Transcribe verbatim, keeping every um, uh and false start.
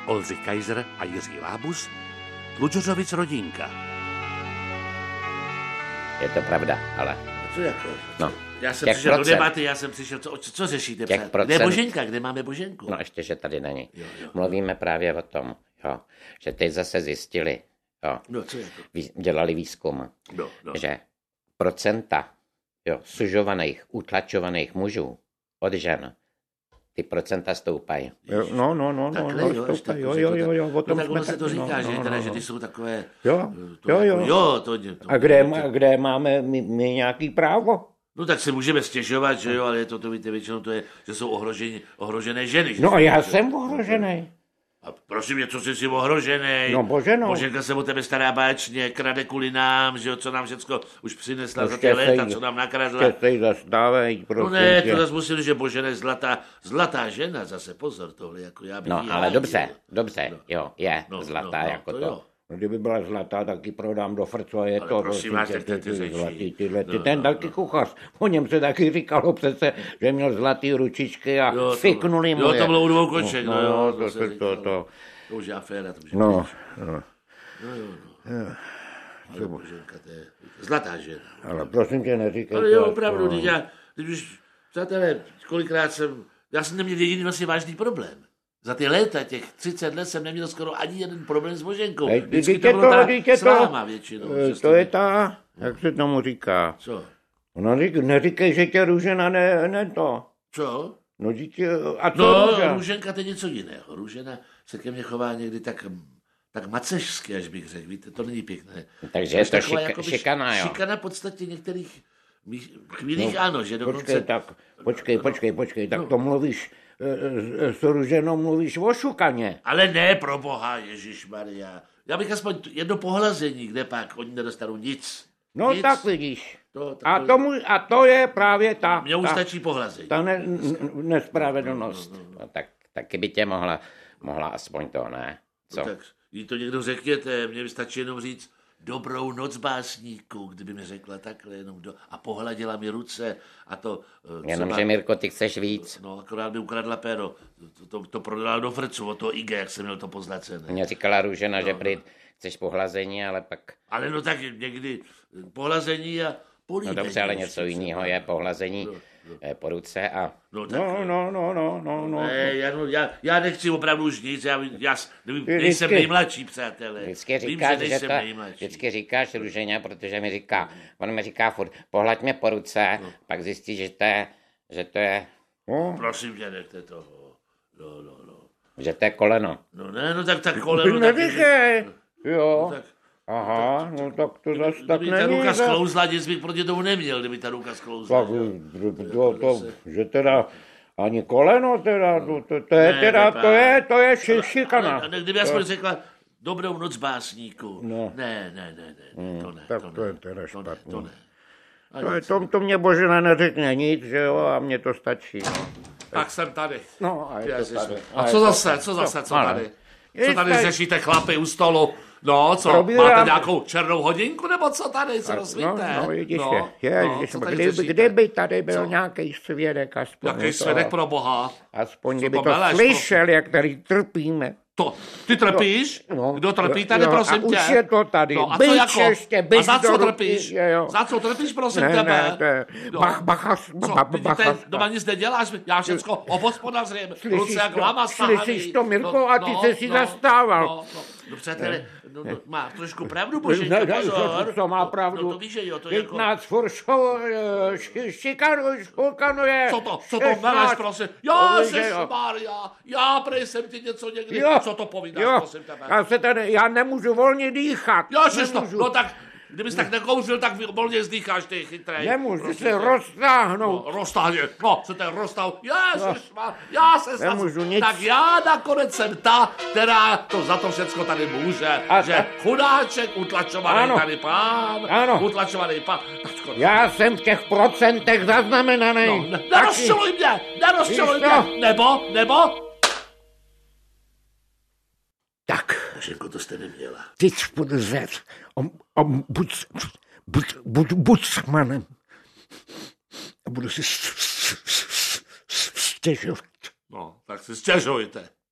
Oldřich Kaiser a Jiří Lábus, Tlučořovic rodinka. Je to pravda, ale... Co jako? No, Já jsem těch přišel do procent. debaty, já jsem přišel, co, co řešíte? Těch Kde je procent. Boženka, kde máme Boženku? No ještě, že tady není. Jo, jo. Mluvíme právě o tom, jo, že teď zase zjistili, jo, No, co jako? vý, dělali výzkum, No, no. že procenta jo, sužovaných, utlačovaných mužů od žen, ty procenta stoupají. Jo, no, no, no, no, Takhle, no, jo, stoupají, ještě jo, jako, jo, že jo, to- o tom no, tak jsme ono se to taky, říká, no, že, no, teda, no, že no. ty jsou takové... Jo, to jo, jako- jo. Jo, to, to, A kde, má, kde máme my, my nějaký právo? No tak si můžeme stěžovat, že jo, ale je to, to víte, většinou to je, že jsou ohroženi, ohrožené ženy. Že No jsou- a já že- jsem ohrožený. A prosím mě, co jsi si ohrožený? No, bože, no. Boženka se o tebe stará báječně, krade kvůli nám, že jo, co nám všecko už přinesla No, za ty léta, co nám nakradla. Ještě se zastávají, prosím No ne, tě. to zase musím říct, že Božena je zlatá, zlatá žena, zase pozor tohle, jako já bych No jí ale hájil. dobře, dobře, No. jo, je No, zlatá no, no, jako to to. jo. No, kdyby byla zlatá, tak ji prodám do frcu a je Ale to... prosím prosím vás, tě, jak ty- ty ty řečí. zlatý, tyhle, ty, No, ten no, taky kuchař. O něm se taky říkalo přece, že měl zlatý ručičky a Jo, to- fiknuli mu Jo, je. to bylo u dvou koček, no, no, jo, to, to, se to, říkalo. to, to. To už je aféra, to už je No, pryč. no. No, jo, no. Ale Boženka, to je zlatá žena. Ale prosím tě, neříkej Ale to jo, aspoň. opravdu, teď já, teď už, přátelé, kolikrát jsem, já jsem neměl jediný vlastně vážný problém. Za ty léta, těch třicet let jsem neměl skoro ani jeden problém s Boženkou. Hej, Vždycky dítě to bylo to, ta dítě s to, váma většinou. eh, že jste to je mě- ta, jak se tomu říká. Co? No, řík, neříkej, že tě Růžena ne, ne to. Co? No, dítě, a co No, Růža? Růženka to je něco jiného. Růžena se ke mně chová někdy tak, tak macežsky, až bych řekl. Víte, to není pěkné. Takže je Až to taková šik, jakoby šikana, jo. Šikana v podstatě některých mých chvílích, ano, že dokonce... Počkej, tak, počkej, počkej, počkej, tak No. to mluvíš, eh, s, s Růženou mluvíš o šukaně. Ale ne, pro boha, Ježíš Maria. Já bych aspoň t- jedno pohlazení, kde pak oni nedostanou nic. No nic. tak vidíš. To, A, tomu, a to je právě ta, Mně už ta, stačí pohlazení. ta ne, n- nespravedlnost. No, tak, taky by tě mohla, mohla aspoň to, ne? Co? No, tak jí to někdo řekněte, mně stačí jenom říct dobrou noc básníku, kdyby mi řekla takhle jenom do, a pohladila mi ruce a to... eh, Jenomže, Mirko, ty chceš víc. No, akorát by ukradla péro. To, to, to prodala do frcu, od toho I G, jak jsem měl to pozlacené. Mně říkala Růžena, No, že no. prý chceš pohlazení, ale pak... Ale no tak někdy pohlazení a No políbení. dobře, ale ještě něco třeba. jiného je pohlazení No, no. eh, po ruce a... No, tak, No, no, no, no, no, no. Ne, já, no, já, já nechci opravdu už nic, já, já nevím, Ty nejsem vždycky- nejmladší, přátelé. Vždycky Vím, říkáš, že že nejsem to, nejmladší. vždycky říkáš Růženě, protože mi říká, on mi říká furt, pohlaď mě po ruce, No. pak zjistí, že to je, že to je, no. Prosím tě, nechte toho. No, no, no. že to je koleno. No ne, no tak tak Ty koleno taky. neříkej. Jo. No, tak, Aha, no tak to zase tak kdyby ta není. ruka zas. sklouzla, nic bych proti tomu neměl, kdyby ta ruka sklouzla. Tak, že? to, to, že teda ani koleno teda, to, to, to je Ne, teda, nepráv. to je, to je ši, šikana. Ale, ale kdyby aspoň řekla dobrou noc básníku. No. Ne, ne, ne, ne, to ne. tak to, to ne, je teda to ne, špatný. to ne. A To, je, nic. to, to mě Božena neřekne nic, že jo, a mně to stačí. No, Tak jsem tady. no a je to Ježiš. tady. A je co to zase, co zase, co Ale- tady? Je Co tady tady- řešíte chlapy u stolu? No, co, Probírám- máte nějakou černou hodinku, nebo co tady, co No, rozvíte? no, vidíš, no, je, no, no, co tady kdyby, řešíte? kdyby tady byl Co? nějaký svědek aspoň. Jaký to- svědek pro boha? Aspoň Co kdyby to to meleš, slyšel, jak tady trpíme. To, ty trpíš? No, Kdo trpí jo, tady, jo, prosím a tě? už je to tady. No, a Byť co jako? ještě, byť a za do co ruky, trpíš? že jo. Za co trpíš, prosím Ne, tebe? ne, to je No. bach, bacha, Co, ba, vidíte, bacha, doma nic neděláš, já všecko obospodařím, ruce Slyšíš jak to? lama stahaný. Slyšíš to, Mirko, a ty se si zastával. No, no, no přátelé, no, no, má trošku pravdu, Ne, Boženka, ne, pozor. to, to má No, pravdu. No, to víš, že jo, to Teď jako... nás furt šo- eh, ši- šikanuje, šikanuje. Co to, co to šestnáct. meleš, prosím? Já, To víš, že jo. Maria, já prej jsem ti něco někdy, Jo, co to povídáš, jo, prosím tebe? já se tady, já nemůžu volně dýchat. Jo, to, nemůžu. no tak, kdybys tak nekouřil, tak volně zdýcháš, ty chytrej. Nemůžu Prosím se tě. roztáhnout. No, roztáhně, no, se ten roztav, ježišmar, já se snad, Nemůžu nic. tak já nakonec jsem ta, která to za to všecko tady může, A- že a- chudáček, utlačovaný Ano. tady pán, Ano. utlačovaný pán, tačko, Já jsem v těch procentech zaznamenaný. no, ne, Taky. nerozčiluj mě, nerozčiluj Víš co? mě, nebo, nebo, Tak, Boženko, to jste neměla. teď budu řet. Om, om, buď, buď, buď, buď s manem. A budu si s- s- s- s- stěžovat. No, tak si stěžujte.